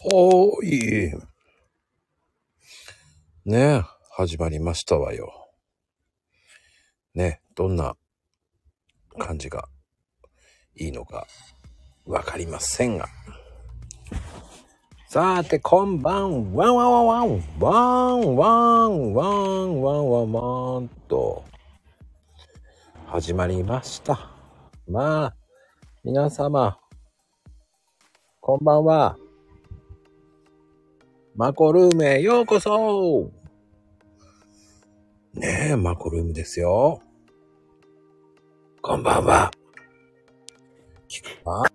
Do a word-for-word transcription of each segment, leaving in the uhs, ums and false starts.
おーい。ねえ、始まりましたわよ。ね、どんな感じがいいのかわかりませんが。さて、こんばんワンワンワンワンワンワンワンワンワンワンと始まりました。まあ、皆様、こんばんは。マコルームへようこそ。ねえ、マコルームですよ。こんばんは。聞くか？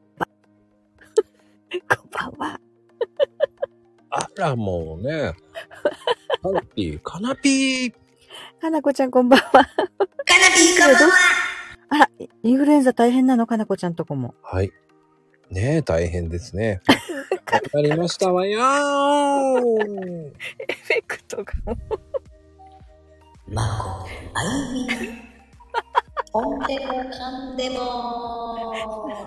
こんばんは。 あら、もうね。カナピー、カナピー。 かなこちゃんこんばんは。 カナピーこんばんは。 あら、インフルエンザ大変なのかなこちゃんとこも。 はい。ねえ、大変ですね。始まりましたわよー。 エフェクトがもう。 まこ、あゆみ、ほんでもかんでも。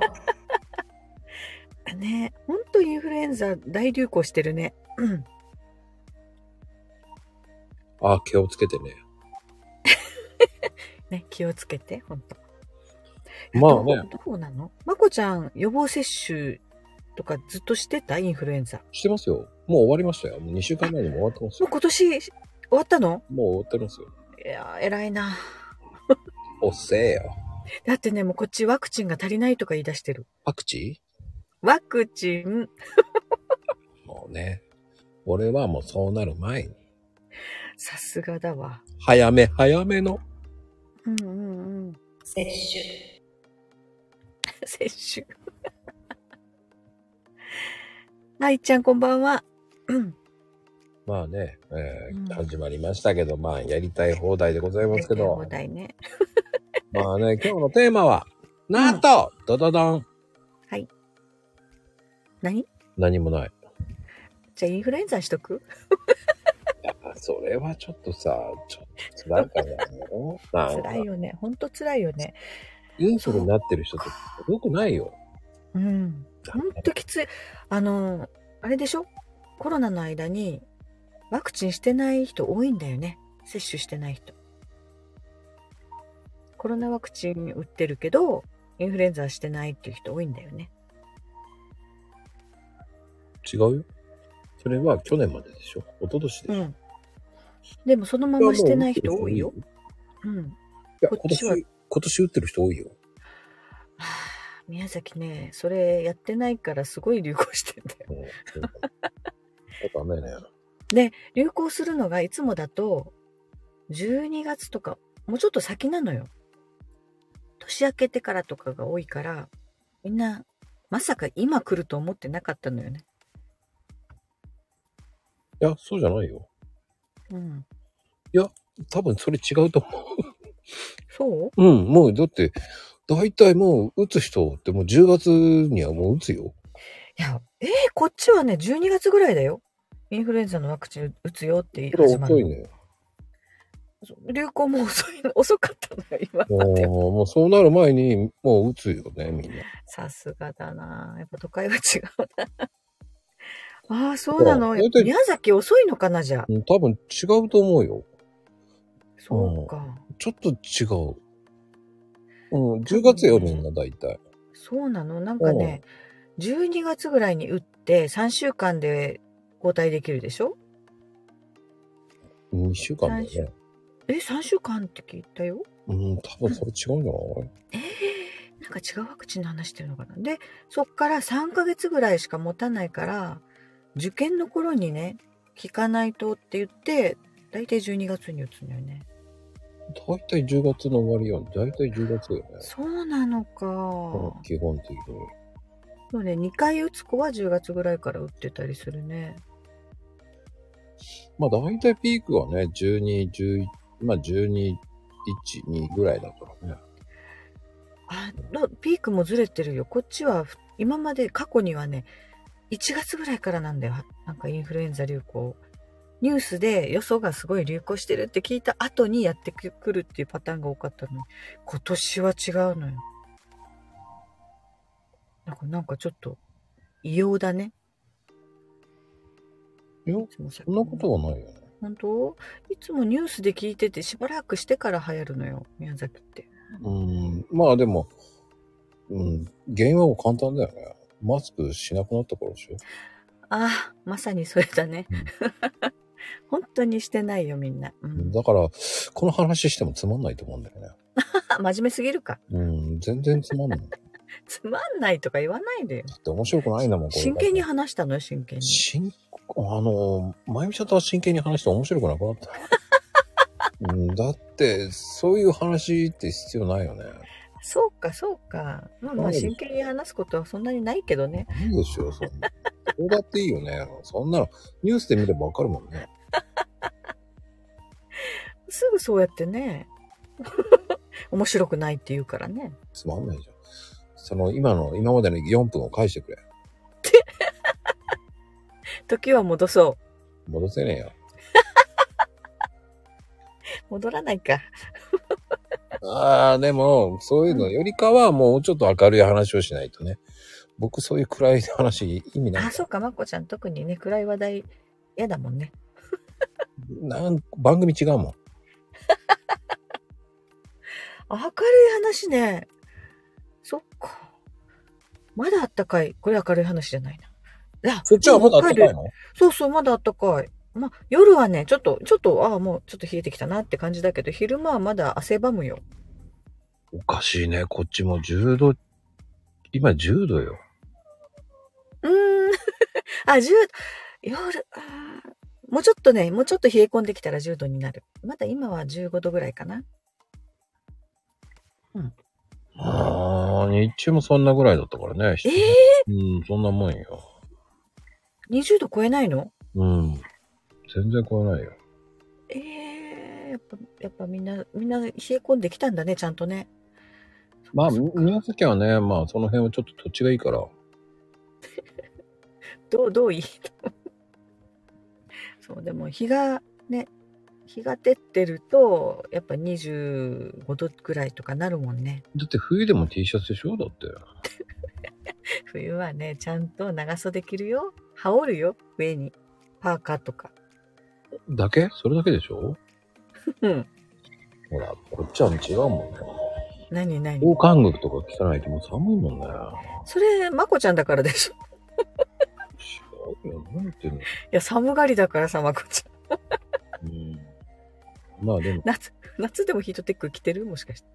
ねえ、ほんとインフルエンザ大流行してるね。うん。 あ、気をつけてね。 ね、気をつけて、ほんと。 まあね。 どう、どうなの？まこちゃん、予防接種とかずっとしてた？インフルエンザ。 してますよ。もう終わりましたよ。もうにしゅうかんまえにも終わってますよ。 もう今年終わったの？ もう終わってますよ。 いや、偉いな。 おっせえよ。 だってね、もうこっちワクチンが足りないとか言い出してる。 パクチーワクチン。 もうね。俺はもうそうなる前に。 さすがだわ。 早め早めの。 うんうんうん。 接種。 接種。はい、ちゃんこんばんは。うん。 まあね、えーうん、 始まりましたけど、まあやりたい放題でございますけど。やりたい放題ね。 まあね、今日のテーマは、なんと、うん、ドドドン。 はい。何？ 何もない。 じゃあインフルエンザにしとく？ いや、それはちょっとさ、ちょっと辛いかな。 辛いよね。ほんと辛いよね。 インフルになってる人ってよくないよ。 うん。ほんときつい。あの、あれでしょ？コロナの間にワクチンしてない人多いんだよね。接種してない人。コロナワクチン打ってるけど、インフルエンザはしてないっていう人多いんだよね。 違うよ。それは去年まででしょ。一昨年でしょ。うん。 でもそのまましてない人多いよ。うん。 いや、今年、今年打ってる人多いよ。 はあ、宮崎ね、それやってないからすごい流行してんだよ。 うん、ダメね。 で、流行するのがいつもだと、じゅうにがつとか、もうちょっと先なのよ。年明けてからとかが多いから、みんな、まさか今来ると思ってなかったのよね。 いや、そうじゃないよ。 うん。 いや、多分それ違うと思う。 そう？ うん、もうだって、だいたいもう打つ人ってもうじゅうがつにはもう打つよ。 いや、えー、こっちはね、じゅうにがつぐらいだよ。インフルエンザのワクチン打つよって始まるの。 遅いね。 流行も遅いの、遅かったのよ、今まで。 もうそうなる前にもう打つよね、みんな。 さすがだな。やっぱ都会は違うな。ああ、そうなの。宮崎遅いのかな、じゃあ。 うん、多分違うと思うよ。 そうか、 うん。ちょっと違う。うん、じゅうがつよ、みんな大体。 そうなの。なんかね、うん、じゅうにがつぐらいに打ってさんしゅうかんで交代できるでしょ？ にしゅうかんだよね。 え、さんしゅうかんって聞いたよ。 うん、多分それ違うんじゃない？ えー、なんか違うワクチンの話してるのかな。で、そっからさんかげつぐらいしか持たないから、受験の頃にね、効かないとって言って、だいたいじゅうにがつに打つんだよね。 だいたいじゅうがつの終わりよ。だいたいじゅうがつだよね。 そうなのか。 基本的に。 そうね、にかい打つ子はじゅうがつぐらいから打ってたりするね。 まあだいたいピークはね、じゅうに、じゅういち、まあじゅうに、いち、にぐらいだからね。 あ、ピークもずれてるよ。こっちは、今まで過去にはね、いちがつぐらいからなんだよ。なんかインフルエンザ流行。ニュースでよそがすごい流行してるって聞いた後にやってくるっていうパターンが多かったのに、今年は違うのよ。なんか、なんかちょっと異様だね。 いや、 いつもさそんなことはないよね。 本当？いつもニュースで聞いててしばらくしてから流行るのよ、宮崎って。 うん、まあでも、うん、原因は簡単だよね。マスクしなくなったからでしょ。 ああ、まさにそれだね。 うん本当にしてないよ、みんな。うん、 だから、この話してもつまんないと思うんだよね。 真面目すぎるか。 うん、全然つまんない。 つまんないとか言わないでよ。 だって面白くないんだもん、これ。 真剣に話したのよ、真剣に。 真、あの、まゆみちゃんとは真剣に話して面白くなくなった。うん、だって、そういう話って必要ないよね。 そうか、そうか。まあまあ、 ないでしょ真剣に話すことはそんなにないけどね。 いいですよ、そんな。そうだっていいよね。そんなの、ニュースで見ればわかるもんね。 すぐそうやってね、面白くないって言うからね。 つまんないじゃん。その、今の、今までのよんぷんを返してくれ。 時は戻そ戻せねえよ。 う。戻らないか。 ああ、でも、そういうのよりかは、もうちょっと明るい話をしないとね。僕、そういう暗い話、意味ない。 あ、そうか、まこちゃん特にね、暗い話題嫌だもんね。 なん番組違うもん。 明るい話ね。そっか。まだあったかい。これ明るい話じゃないな。いや、 そっちはまだあったかいの？ そうそう、まだあったかい。まあ、夜はね、ちょっと、ちょっと、ああ、もうちょっと冷えてきたなって感じだけど、昼間はまだ汗ばむよ。 おかしいね。こっちもじゅうど、今じゅうどよ。 うーん。あ、じゅう、夜、あーもうちょっとね、もうちょっと冷え込んできたらじゅうどになる。まだ今はじゅうごどぐらいかな。うん。 ああ、日中もそんなぐらいだったからね。 ええうん、そんなもんよ。 ー、にじゅうど超えないの？ うん。全然超えないよ。 ええー、やっぱ、やっぱみんな、みんな冷え込んできたんだね、ちゃんとね。 まあ、 そっか宮崎はね、まあ、その辺はちょっと土地がいいから。 どう、どういいそう、でも日がね、日が照ってると、やっぱにじゅうごどぐらいとかなるもんね。 だって冬でも T シャツでしょだって。 冬はね、ちゃんと長袖着るよ。羽織るよ、上に。パーカーとか。 だけそれだけでしょ？ うん。 ほら、こっちは違うもんね。 何何防寒具とか着たないともう寒いもんね。 それ、まこちゃんだからでしょ。 違うよ、何言ってんの？ いや、寒がりだからさ、まこちゃん。 うん。まあでも、 夏、夏でもヒートテック着てる？もしかして。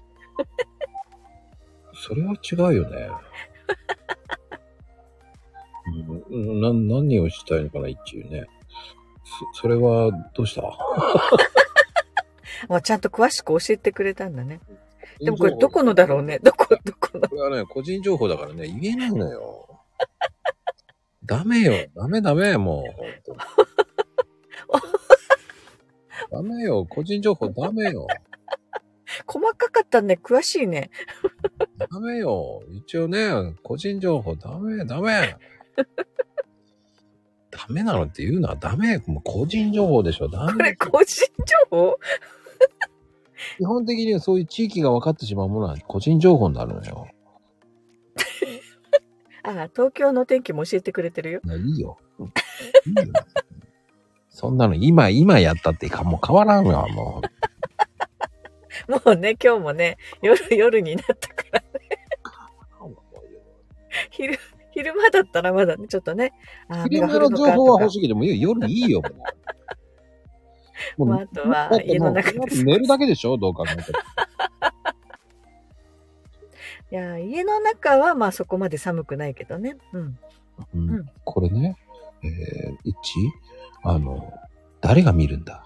それは違うよね。うん、な、何をしたいのかな、一応ね。そ、それは、どうした？ あ、ちゃんと詳しく教えてくれたんだね。でもこれどこのだろうね。どこ、どこの。 これはね、個人情報だからね、言えないのよ。ダメよ。ダメダメ、もう。本当ダメよ。個人情報ダメよ。 細かかったね。詳しいね。 ダメよ。一応ね、個人情報ダメ、ダメ。ダメなのって言うのはダメ。もう個人情報でしょ。ダメ。 これ個人情報？ 基本的にはそういう地域が分かってしまうものは個人情報になるのよ。 ああ、東京の天気も教えてくれてるよ。 いや、いいよ。いいよ。そんなの今、今やったってか、もう変わらんわ、もう。 もうね、今日もね、夜、夜になったからね。昼、昼間だったらまだね、ちょっとね。あ昼間の情報は欲しいけど、もう夜いいよ、もう。もうまあ、あとは家の中で。 寝るだけでしょ、どう考えても。 いや、家の中はまあそこまで寒くないけどね。うん。 うんうん、 これね、えー、一あの、誰が見るんだ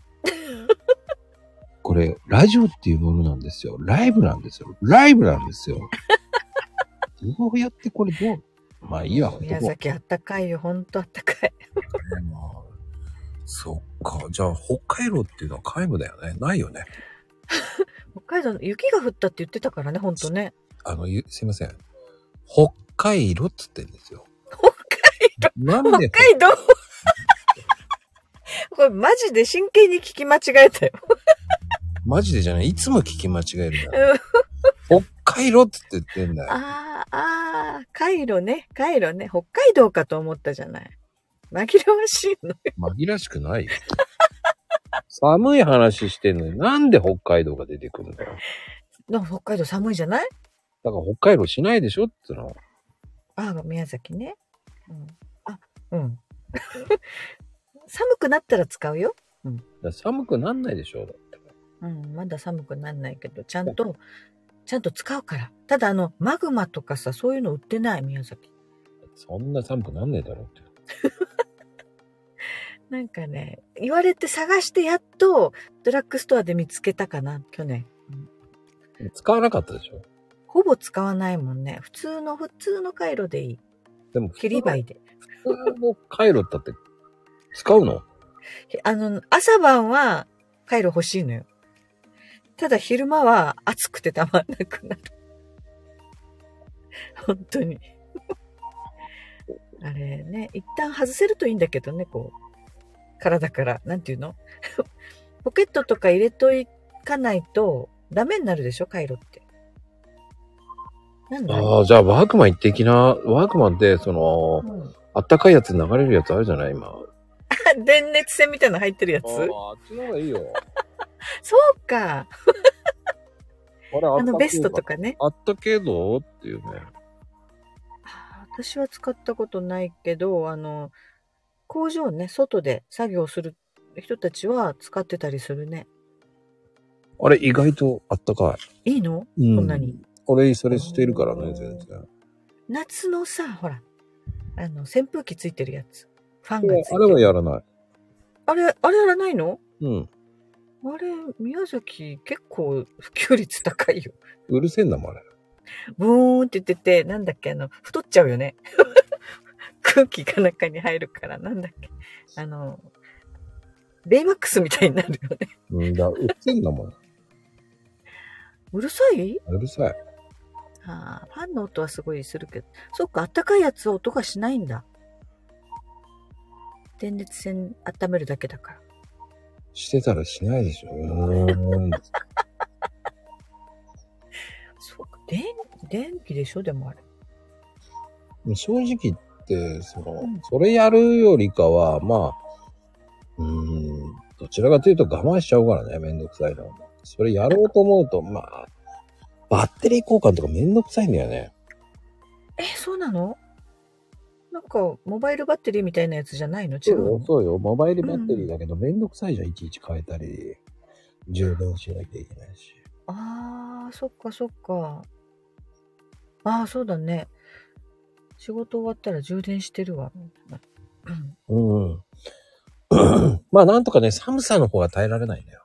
これ、ラジオっていうものなんですよ。ライブなんですよ。ライブなんですよ。どうやってこれどうまあいいわ。 宮崎あったかいよ。ほんとあったかい。 まあ、そっか。じゃあ、北海道っていうのは皆無だよね。ないよね。 北海道の雪が降ったって言ってたからね、ほんとね。 あの、すいません。北海道っつってんですよ。 北海道なんで北海道これマジで真剣に聞き間違えたよ。 マジでじゃない。いつも聞き間違えるんだよ。北海道って言ってんだよ。 ああ、ああ、カイロね、カイロね。北海道かと思ったじゃない。 紛らわしいのよ。 紛らわしくないよ。寒い話してんのになんで北海道が出てくるんだよ。 なんか北海道寒いじゃない？ だから北海道しないでしょっての。 ああ、宮崎ね。うん、あ、うん。寒くなったら使うよ。 うん。だ寒くなんないでしょだって。 うん、まだ寒くなんないけど、ちゃんと、ちゃんと使うから。ただあの、マグマとかさ、そういうの売ってない、宮崎。 そんな寒くなんねえだろって。 なんかね、言われて探してやっとドラッグストアで見つけたかな、去年。 うん、使わなかったでしょ？ ほぼ使わないもんね。普通の、普通の回路でいい。 でも、 切り灰で。 普通の回路だって使うの？ あの、朝晩は回路欲しいのよ。ただ昼間は暑くてたまんなくなる。本当に。あれね、一旦外せるといいんだけどね、こう。体から、なんていうのポケットとか入れといかないとダメになるでしょ、回路って。なんだああ、じゃあワークマン行ってきな。ワークマンって、その、うん、あったかいやつ流れるやつあるじゃない今。 電熱線みたいなの入ってるやつ？ああ、あっちの方がいいよ。 そうか。 あれ、 あのベストとかね。 あったけどっていうね。 私は使ったことないけど、あの、工場ね、外で作業する人たちは使ってたりするね。 あれ、意外とあったかい。いいの？ うん、 そんなに。 俺、それしてるからね、全然。 夏のさ、ほら、あの、扇風機ついてるやつ。ファンがついてる。 あれはやらない。 あれ、あれやらないの？ うん。 あれ、宮崎結構普及率高いよ。 うるせえんだもん、あれ。 ブーンって言ってて、なんだっけ、あの、太っちゃうよね。空気が中に入るから、なんだっけ。あの、ベイマックスみたいになるよね。 うんだ、うるせえんだもん。 うるさい？ うるさい。 ああ、ファンの音はすごいするけど。そっか、あったかいやつは音がしないんだ。電熱線温めるだけだから。 してたらしないでしょ。うーん。 そうか、電、電気でしょでもあれ。 正直言って、その、うん、それやるよりかは、まあ、うーん、どちらかというと我慢しちゃうからね、めんどくさいの。それやろうと思うと、まあ、バッテリー交換とかめんどくさいんだよね。 え、そうなの？なんか、モバイルバッテリーみたいなやつじゃないの？違うの？ そうよ、モバイルバッテリーだけど、めんどくさいじゃん、いちいち変えたり、充電しなきゃいけないし。 あー、そっかそっか。あー、そうだね。仕事終わったら充電してるわ。 うん。うん。まあ、なんとかね、寒さの方が耐えられないんだよ。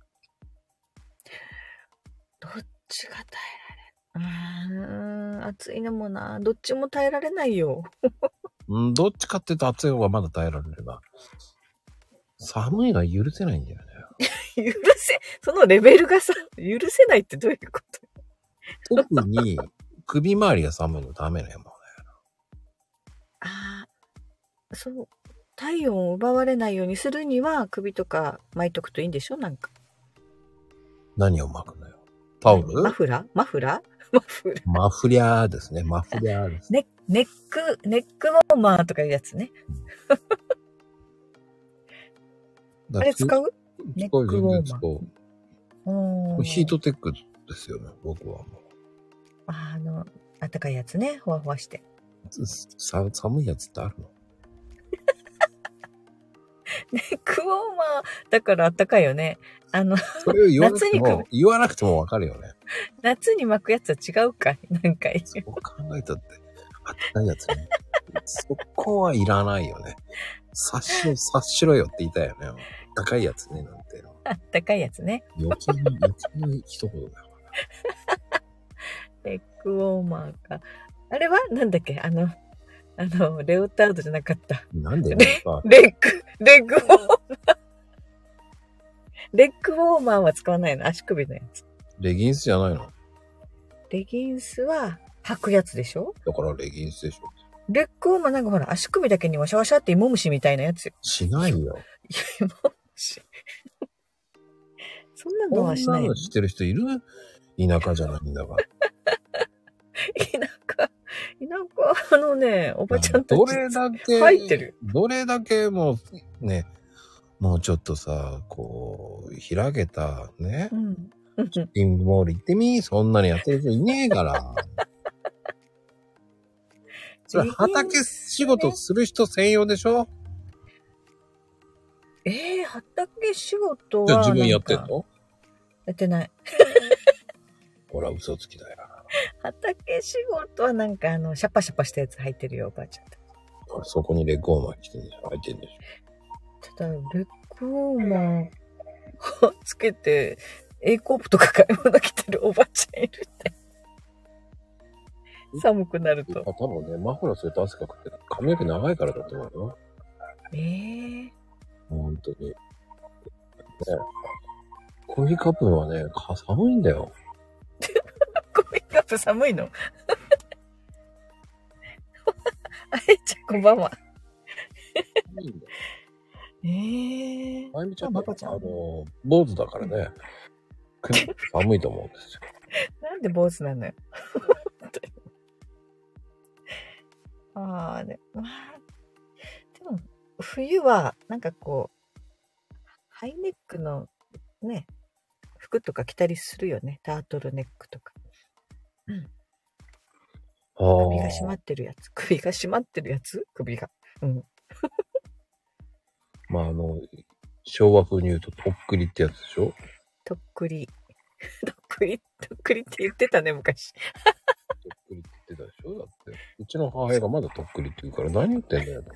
どっちが耐えられる？うーん、暑いのもな。どっちも耐えられないよ。 うん、どっちかっていうと暑い方がまだ耐えられるが。寒いのは許せないんだよね。 許せ、そのレベルがさ、許せないってどういうこと？ 特に首周りが寒いのダメなよ、もうね。 ああ、そう。体温を奪われないようにするには首とか巻いとくといいんでしょ？なんか。 何を巻くのよ？タオル？ マフラー？マフラー？マフラー。 マフリャーですね。マフリャーです。 ネネック、ネックウォーマーとかいうやつね。あれ使う？ネックウォーマー。 ヒートテックですよね、僕はもう。 あ、あの、あったかいやつね、ほわほわして。 さ寒いやつってあるの？ ネックウォーマーだからあったかいよね。あの、 それを言わなくても、言わなくてもわかるよね。 夏に巻くやつは違うかい？なんかそう考えたって、あったかいやつね。そこはいらないよね。察しろ、察しろよって言いたいよね。あったかいやつね、なんて。 あったかいやつね。 余計に、余計に一言だよ。 ネックウォーマーか。あれはなんだっけ？あの、あの、レオタードじゃなかった。 なんでレレッグ、レッグウォーマー。レッグウォーマーは使わないの？足首のやつ。 レギンスじゃないの？レギンスは履くやつでしょ？ だからレギンスでしょ。 レッグウォーマーなんかほら、足首だけにワシャワシャって芋虫みたいなやつよ。 しないよ。 芋虫。そんなのはしない。そんなの知ってる人いる？田舎じゃないんだから。 田舎、田舎あのね、おばちゃんたちどれだけ、 入ってる。 どれだけもう、ね、もうちょっとさ、こう、開けた、ね、 うん。 ショッピングモール行ってみ、そんなにやってる人いねえから。それ畑仕事する人専用でしょ？ えー、畑仕事は。 じゃあ自分やってんの？ やってない。 ほら、嘘つきだよ。 畑仕事はなんかあの、シャパシャパしたやつ入ってるよ、おばあちゃんたち。 そこにレッグウォーマー着てんでしょ？入ってんでしょ？ ただ、レッグウォーマーつけて、A コープとか買い物来てるおばちゃんいるって。寒くなると。 多分ね、マフラーすると汗かくって髪の毛長いからだと思うよ。 ええー。 ほんとに。ね、コーヒーカップはね、寒いんだよ。 コーヒーカップ寒いのあれちゃんこんばんは。 寒いんだよ。 ええー。 まゆみちゃん、 パパちゃん。 あの、坊主だからね、寒いと思うんですよ。 なんで坊主なのよ。ああ、ね、まあ、でも、冬は、なんかこう、ハイネックのね、服とか着たりするよね。タートルネックとか。うん。首が締まってるやつ。首が締まってるやつ首が。うん。 まあ、あの、昭和風に言うと、とっくりってやつでしょ？ とっくり。とっくり、とっくりって言ってたね、昔。 とっくりって言ってたでしょ？だって。うちの母親がまだとっくりって言うから、何言ってんだよ。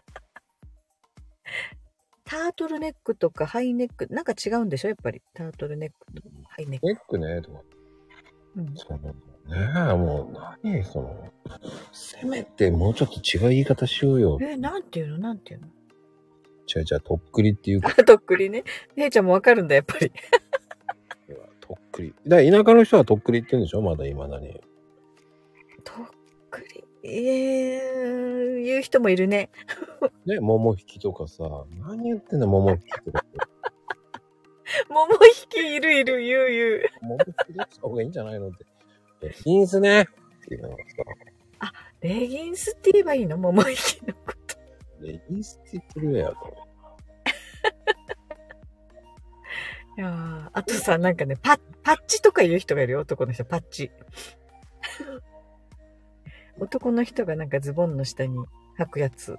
タートルネックとかハイネック、なんか違うんでしょやっぱり。タートルネックとハイネック。 ネックね、とか。うん。そうなんだねえ、もう、何その、せめてもうちょっと違う言い方しようよ。 え、なんていうのなんていうの違う違う、とっくりっていうか。 とっくりね。姉ちゃんもわかるんだ、やっぱり。 とっくり。だから田舎の人はとっくりって言うんでしょまだ未だに。 とっくり。えー、言う人もいるね。 ね、桃引きとかさ、何言ってんだ、桃引きとか。 桃引きいるいる、言う言う。 桃引き出した方がいいんじゃないのって。レギンスねっていうのがさ。 あ、レギンスって言えばいいの桃引きのこと。 レギンスって言ってるやと。 いやー、あとさ、なんかね、パッ、パッチとか言う人がいるよ、男の人、パッチ。男の人がなんかズボンの下に履くやつ。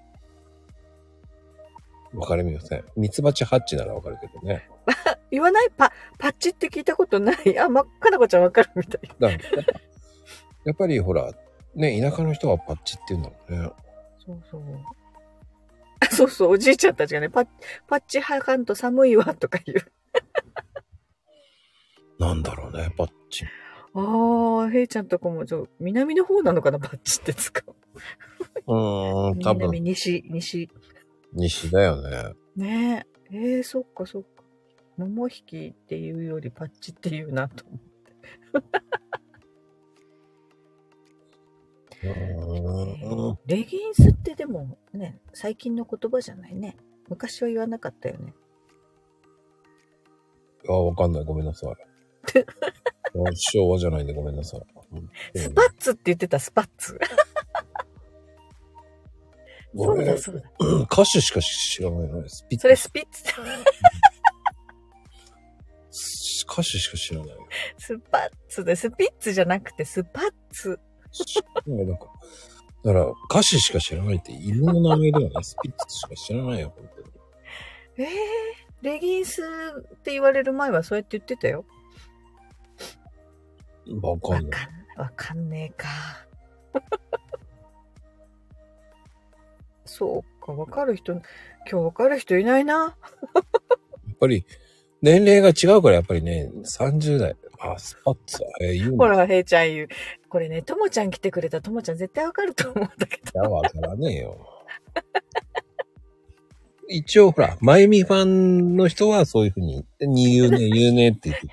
わかりません。ミツバチハッチならわかるけどね。 言わないパ、パッチって聞いたことない。あ、ま、かなこちゃんわかるみたい。 だやっぱ、やっぱりほら、ね、田舎の人はパッチって言うんだろうね。 そうそう。そうそう、おじいちゃんたちがね、パッ、パッチ履かんと寒いわとか言う。 なんだろうね、パッチ。 ああ、ヘイちゃんとこも、ちょ、南の方なのかな、パッチって使う。 うーん、多分。 南、西、西。 西だよね。 ねえ。えー、そっかそっか。桃引きっていうよりパッチっていうなと思って。 うーんレギンスってでもね、最近の言葉じゃないね。昔は言わなかったよね。 あ、わかんない。ごめんなさい。昭和じゃないんでごめんなさい。 スパッツって言ってた、スパッツ。そうだそうだ。 歌手しか知らないのね。スピッツ。 それスピッツ。 歌手しか知らない。 スパッツで、スピッツじゃなくてスパッツ。 なんか、だから歌手しか知らないって犬の名前ではね、スピッツしか知らないよ、本当に。 えー、レギンスって言われる前はそうやって言ってたよ。 わかんない。 わかん、わかんねえか。そうか、わかる人、今日わかる人いないな。 やっぱり、年齢が違うからやっぱりね、さんじゅう代。あ、スパッツ、えー、言うんだ。 ほら、へいちゃん言う。これね、ともちゃん来てくれたともちゃん絶対わかると思うんだけど。 いや、わからねえよ。一応ほら、まゆみファンの人はそういうふうに言うね、言うねって言って。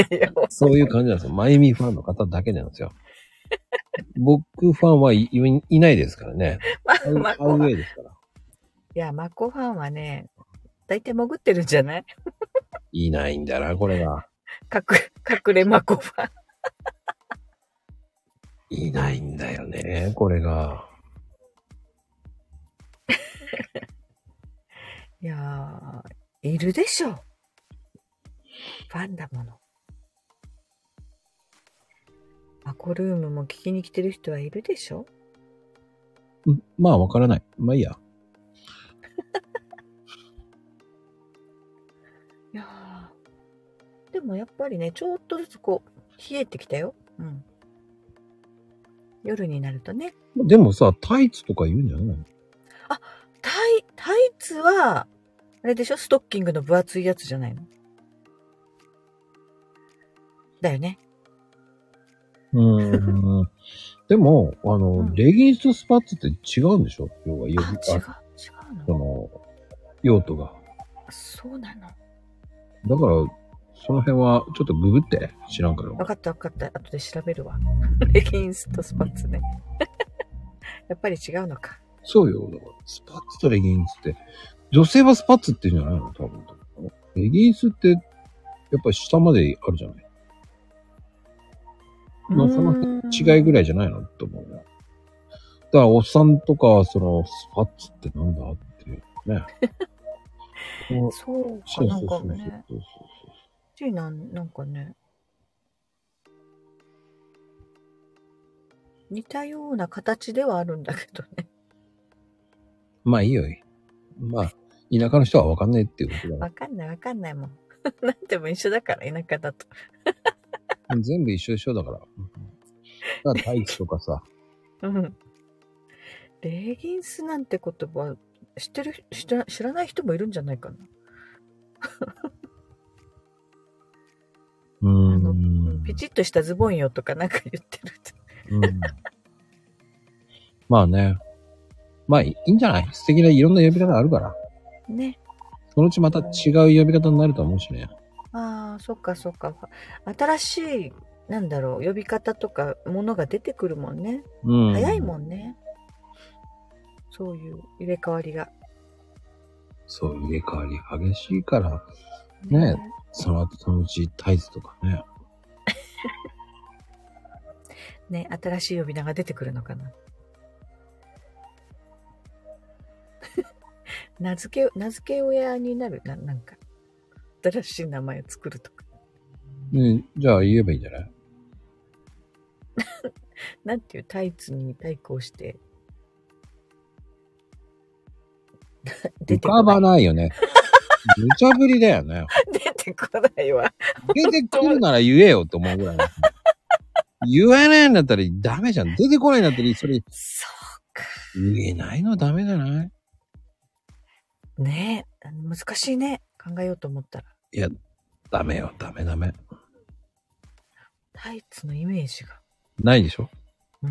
なんでよ。 そういう感じなんですよ。まゆみファンの方だけなんですよ。僕ファンはい、いないですからね。 ま、 アウェイですから。 いや、マコファンはね、大体潜ってるんじゃない？ いないんだな、これが。 隠、隠れマコファン。 いないんだよね、これが。 いやー、いるでしょ。ファンだもの。マコルームも聞きに来てる人はいるでしょ。 うん、まあわからない。まあいいや。 いやー、でもやっぱりね、ちょっとずつこう、冷えてきたよ。うん。夜になるとね。 でもさ、タイツとか言うんじゃないの？ あ、タイ、タイツは、あれでしょ、ストッキングの分厚いやつじゃないの？だよね。 うーん。でも、あの、うん、レギンスとスパッツって違うんでしょ？要は、 あ、違う、違うの？ その、用途が。 そうなの。だから、その辺は、ちょっとググって、知らんから。 分かった分かった。後で調べるわ。レギンスとスパッツね。やっぱり違うのか。 そうよ。だからスパッツとレギンスって、女性はスパッツって言うんじゃないの？多分。レギンスって、やっぱり下まであるじゃない？まあ、その違いぐらいじゃないのと思うね。だから、おっさんとか、その、スパッツってなんだっていうね。 そうか、なんかね。そうなん、なんかね。似たような形ではあるんだけどね。 まあいいよ。まあ、田舎の人は分かんないっていうことだ。 分かんない分かんないもん。なんでも一緒だから、田舎だと。 全部一緒一緒だから。だからタイツとかさ。 うん。レギンスなんて言葉、知ってる、知ら、知らない人もいるんじゃないかな。 うーん。あの、 ピチッとしたズボンよとかなんか言ってる。 うん、まあね。まあいいんじゃない？素敵ないろんな呼び方あるから。 ね。 そのうちまた違う呼び方になると思うしね。 ああ、そっかそっか。新しい、なんだろう、呼び方とかものが出てくるもんね。うん。早いもんね。そういう入れ替わりが。 そう、入れ替わり激しいから。ね。ね、その後そのうちタイツとかね。 ね、新しい呼び名が出てくるのかな。名付け、名付け親になるな、なんか。新しい名前を作るとか。 ね、じゃあ言えばいいんじゃない？ なんていうタイツに対抗して。 出てこない。浮かばないよね。無茶ぶりだよね。 出てこないわ。 出てくるなら言えよと思うぐらい。言えないんだったらダメじゃん。出てこないんだったらそれ。 そうか。 言えないのダメじゃない？ ねえ、難しいね。考えようと思ったら。 いや、ダメよ。ダメダメ。 タイツのイメージが。 ないでしょ？ うん。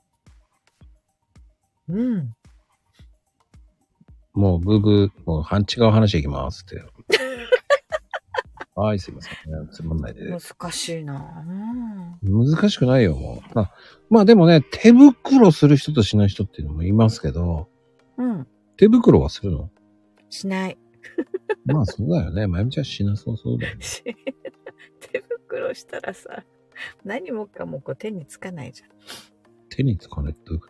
うん。 もうブーブー、もう半違う話いきますって。はい、すいません、ね。つまんないで。 難しいな、 うん、難しくないよ、もう。あ、まあでもね、手袋する人としない人っていうのもいますけど。 うん。 手袋はするの？ しない。 まあそうだよね。まゆみちゃんしなそうそうだよね。 手袋したらさ、何もかもこう手につかないじゃん。 手につかないってどういうこと？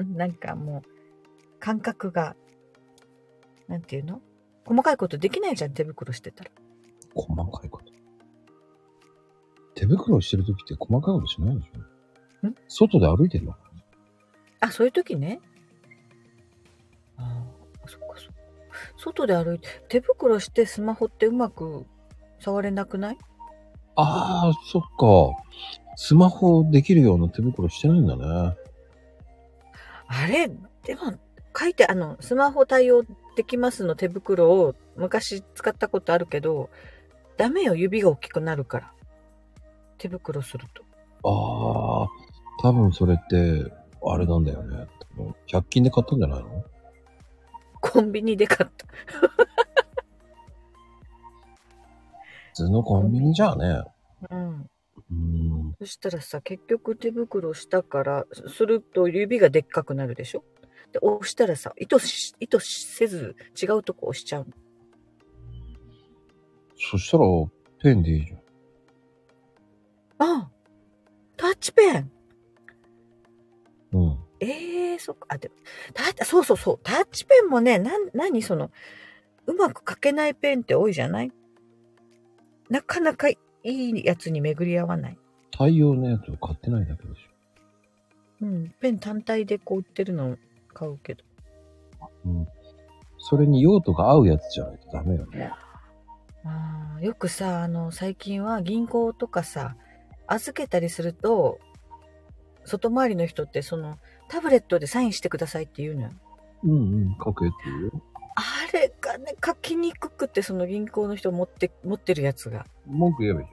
なんかもう、感覚が、なんていうの？細かいことできないじゃん、手袋してたら。 細かいこと。手袋してるときって細かいことしないでしょ？ん？外で歩いてるの？ あ、そういうときね。ああ、そっかそっか。外で歩いて、手袋してスマホってうまく触れなくない？ ああ、そっか。スマホできるような手袋してないんだね。 あれ、でも、書いて、あの、スマホ対応できますの手袋を昔使ったことあるけど、ダメよ、指が大きくなるから。手袋すると。 ああ、多分それって、あれなんだよね。多分ひゃく均で買ったんじゃないの？ コンビニで買った。 普通のコンビニじゃあね。 うん。 うん。 そしたらさ、結局手袋したから、すると指がでっかくなるでしょ？で、押したらさ、意図し、意図せず違うとこ押しちゃうの。 そしたら、ペンでいいじゃん。 ああ、タッチペン。 ー、そっか。あ、でも、タそうそうそう。タッチペンもね、な、なにその、うまく書けないペンって多いじゃない？なかなかいいやつに巡り合わない。 対応のやつを買ってないだけでしうん。ペン単体でこう売ってるの買うけど。 ょ。うん。それに用途が合うやつじゃないとダメよね。 あーよくさ、あの、最近は銀行とかさ、預けたりすると、外回りの人ってその、タブレットでサインしてくださいって言うのよ。 うんうん、書けって言うよ。 あれがね、書きにくくて、その銀行の人持って、持ってるやつが。 文句言えばいいじ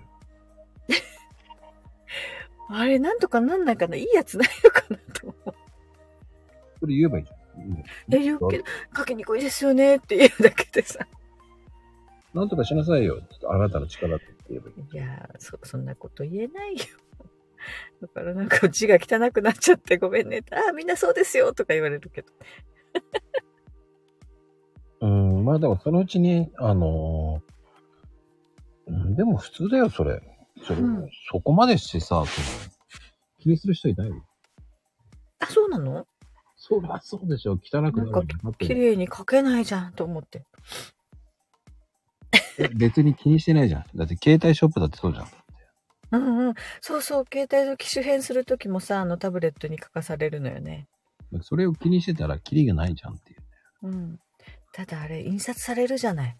あれ、なんとかなんないかな、いいやつないのかなと思う。 ゃん。それ言えばいいじゃん。いいねえ、言うけど、書きにくいですよねって言うだけでさ。 なんとかしなさいよ。ちょっとあなたの力って言えばいい。 いやー、そ、そんなこと言えないよ。だからなんか字が汚くなっちゃってごめんね。ああ、みんなそうですよとか言われるけど。 うん、まあでもそのうちに、あのーうん、でも普通だよ、それ。それ、 うんそこまでしてさ、その、気にする人いないよ。 あ、そうなの？ そりゃそうでしょ。汚くなるなんかに決まって綺る。 麗に書けないじゃんと思って。 え別に気にしてないじゃん。だって携帯ショップだってそうじゃん。 うんうん。そうそう、携帯の機種変するときもさ、あのタブレットに書かされるのよね。 それを気にしてたらキリがないじゃんっていう。 うん。ただあれ、印刷されるじゃない。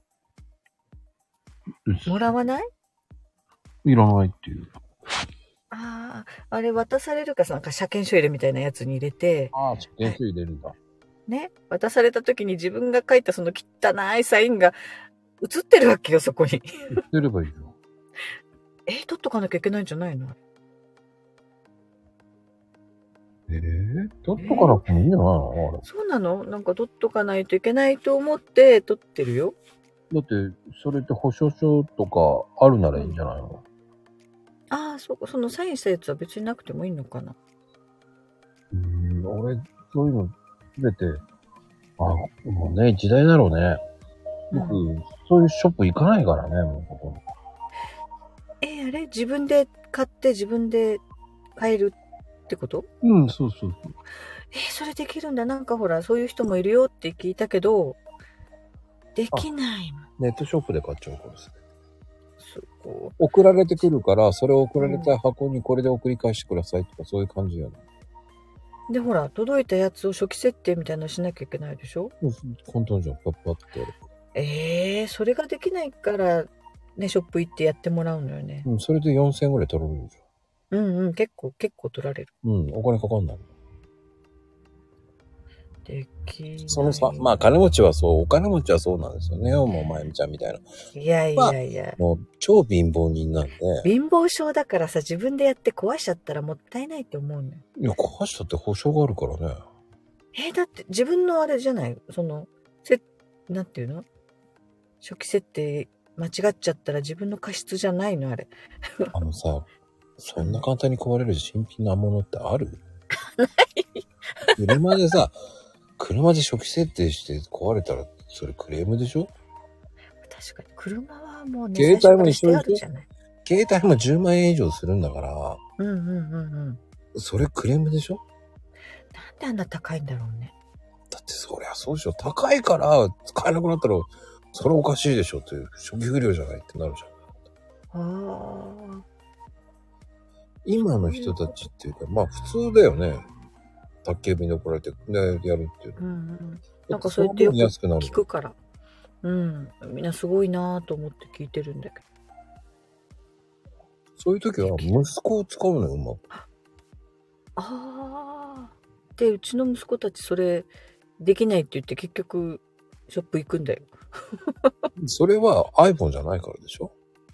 うもらわない？ いらないっていう。 ああ、あれ渡されるかさ、なんか車検書入れみたいなやつに入れて、 ああ、点数入れるんだ。 ね、渡された時に自分が書いたその汚いサインが映ってるわけよ、そこに。 出ればいいよ。 えー、取っとかなきゃいけないんじゃないの？ ええー、取っとかなくてもいいんじゃないのあれ。 そうなの？なんか取っとかないといけないと思って取ってるよ。 だって、それって保証書とかあるならいいんじゃないの？ ああ、そうか、そのサインしたやつは別になくてもいいのかな。 うーん、俺、そういうの、すべて、あ、もうね、時代だろうね。僕、 うん、 そういうショップ行かないからね、もうほとんど。 えー、あれ自分で買って自分で買えるってこと？ うん、そうそうそう。 えー、それできるんだ。なんかほら、そういう人もいるよって聞いたけど、できないもん。 ネットショップで買っちゃうからさ。 すごい。 送られてくるから、それを送られた箱にこれで送り返してくださいとか、そういう感じよね。 で、ほら、届いたやつを初期設定みたいなのしなきゃいけないでしょ？ うん簡単じゃん、パッパってやる。 ええー、それができないから、ね、ショップ行ってやってもらうのよね。 うん、それでよんせんえんぐらい取られるじうんうん、結構、結構取られる。 ゃん。うん、お金かかんない。 できない。 そのさ、まあ金持ちはそう、お金持ちはそうなんですよね。もうまゆみちゃんみたいな。 いやいやいや。 もう超貧乏人なんで。 貧乏症だからさ、自分でやって壊しちゃったらもったいないって思うのよ。 いや、壊したって保証があるからね。 えーだって自分のあれじゃないその、せ、なんていうの？初期設定間違っちゃったら自分の過失じゃないのあれ。 あのさ、そんな簡単に壊れる新品なものってある？車でさ、車で初期設定して壊れたら、それクレームでしょ？ 確かに。車はもうね、 携帯も一緒でしょ最初からしてあるじゃない。 携帯もじゅうまんえん以上するんだから、 うんうんうんうん。なんそれクレームでしょ？ であんな高いんだろうね。 だってそりゃそうでしょ。高いから使えなくなったら、それおかしいでしょっていう、初期不良じゃないってなるじゃん。 ああ。 今の人たちっていうか、まあ普通だよね。宅急便で怒られて、ね、やるっていう。 うんうん。なんかそうやってよく聞くから。うん。みんなすごいなぁと思って聞いてるんだけど。 そういう時は息子を使うのよ、うまく。 ああ。で、うちの息子たちそれできないって言って結局ショップ行くんだよ。 それは iPhone じゃないからでしょ？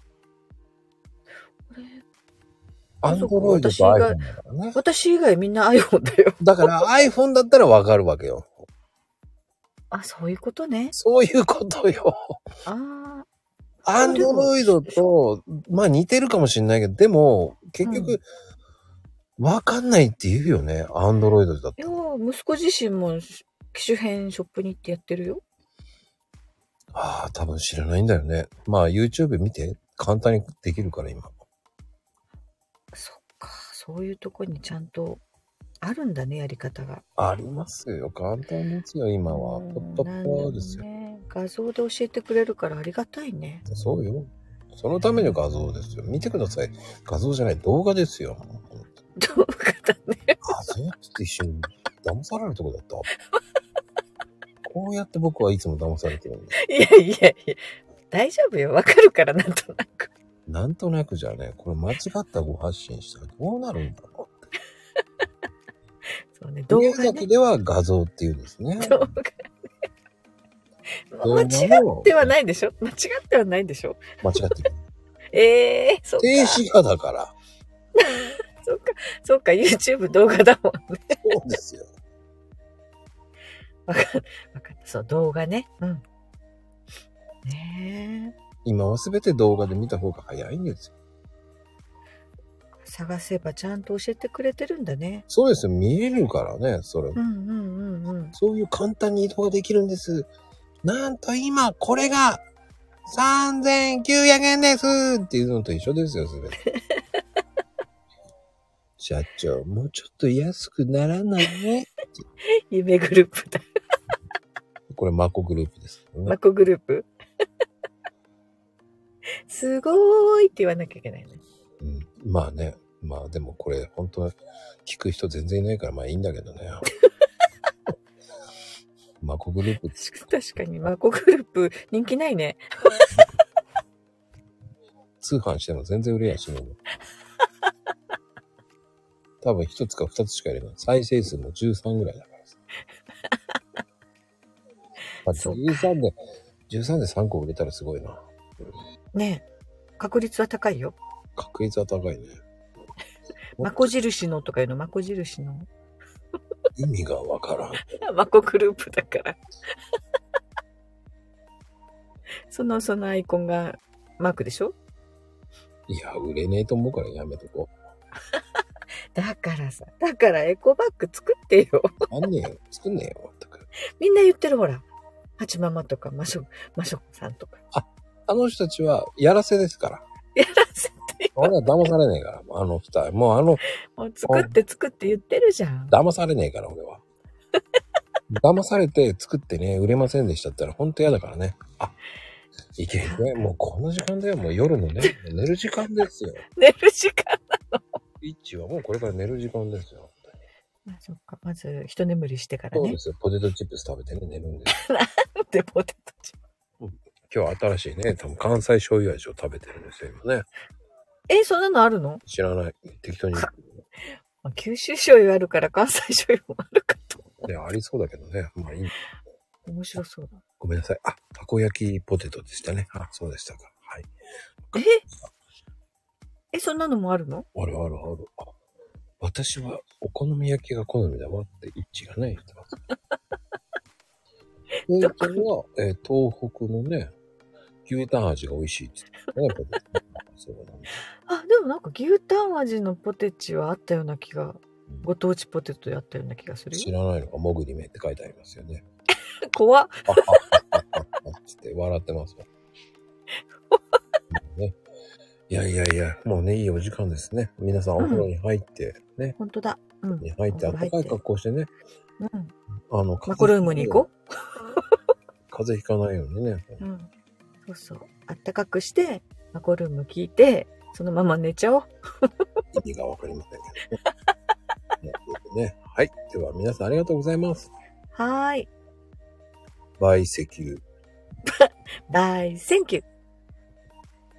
アンドロイドと iPhone だからね。 私以外みんな iPhone だよ。 だから iPhone だったらわかるわけよ。 あ、そういうことね。 そういうことよ。 ああ。アンドロイドと、まあ似てるかもしれないけど、でも、結局、わかんないって言うよね。アンドロイドだったら。いや、息子自身も機種変ショップに行ってやってるよ。 ああ、多分知らないんだよね。まあ YouTube 見て、簡単にできるから今。 そっか、そういうとこにちゃんとあるんだね、やり方が。 ありますよ。簡単ですよ、今は。 うんポッポッポーですよ。 ね、画像で教えてくれるからありがたいね。 そうよ。そのための画像ですよ。見てください。画像じゃない、動画ですよ。 動画だね。 画像って一瞬騙されるとこだった。こうやって僕はいつも騙されてるんです。 いやいやいや、大丈夫よ。わかるから、なんとなく。 なんとなくじゃね、これ間違ったご発信したらどうなるんだろうって。 そうね、動宮画ね。 崎では画像っていうんですね。 動画ね。間違ってはないでしょ間違ってはないでしょ間違ってる。 ええー、そっか。 静止画だから。 そっか、そっか、YouTube 動画だもんね。 そうですよ。 わかった、わかった。そう、動画ね。うん。ねえ。 今はすべて動画で見た方が早いんですよ。 探せばちゃんと教えてくれてるんだね。 そうですよ。見えるからね、それ。 うんうんうんうん。 そういう簡単に移動ができるんです。なんと今、これがさんぜんきゅうひゃくえんですっていうのと一緒ですよ、すべて。社長、もうちょっと安くならないね。 夢グループだ。 これ、マコグループですけどね。 マコグループすごーいって言わなきゃいけないね。 うん、まあね。まあでもこれ、本当聞く人全然いないから、まあいいんだけどね。マコグループですか。 確かに、マコグループ人気ないね。 通販しても全然売れやしないの。多分一つか二つしか入れない。再生数もじゅうさんぐらいだからさ。まあ、じゅうさんで、じゅうさんでさんこ売れたらすごいな。 ねえ。確率は高いよ。 確率は高いね。 マコ印のとかいうの、マコ印の。 意味がわからん。 マコグループだから。その、そのアイコンがマークでしょ？ いや、売れねえと思うからやめとこだからさ、だからエコバッグ作ってよ。 う。あんねえよ。作んねえよ。全く。 みんな言ってるほら。ハチママとかマショ、マショコさんとか。 あの人たちはやらせですから。 やらせてよ。 俺は騙されねえから。あの二人。もうあの、 もう作って作って言ってるじゃん。 騙されねえから、俺は。騙されて作ってね、売れませんでしたったら本当嫌だからね。あ、いけね。もうこの時間だよ。もう夜のね、寝る時間ですよ。 寝る時間なの。 イッチはもうこれから寝る時間ですよ。 あ、そっか。まず、一眠りしてからねそうで。すよ。ポテトチップス食べてね、寝るんですよ。 で、ポテトチップ。 今日新しいね、多分関西醤油味を食べてるんですよ、今ね。 え、そんなのあるの？ 知らない。適当に。 まあ、九州醤油あるから関西醤油もあるかと。 ね、ありそうだけどね。まあいい。 面白そうだ。 ごめんなさい。あ、たこ焼きポテトでしたね。あ、そうでしたか。はい。 ええ、そんなのもあるの？ あるあるある。あ、私はお好み焼きが好みだわって一致がね、言ってます。えー、これは、えー東北のね、牛タン味が美味しいって言ってたね。そうなんだ。 あ、でもなんか牛タン味のポテチはあったような気が、ご当地ポテトであったような気がする知よ。 らないのか、もぐりめって書いてありますよね。 怖っ。 あははははつって笑ってますわ。ね、いやいやいや、もうね、いいお時間ですね。皆さんお風呂に入ってね、 ほんとだ。うん。 に入って暖かい格好してね、 うん。 あの、 マコルームに行こ風邪ひかないようにね。 う。うん。そうそう。あったかくして、マコルーム聞いて、そのまま寝ちゃおう。 意味がわかりませんけどね。ね、はい。では皆さんありがとうございます。 はーい。 バイ石油。 バイ、センキュー。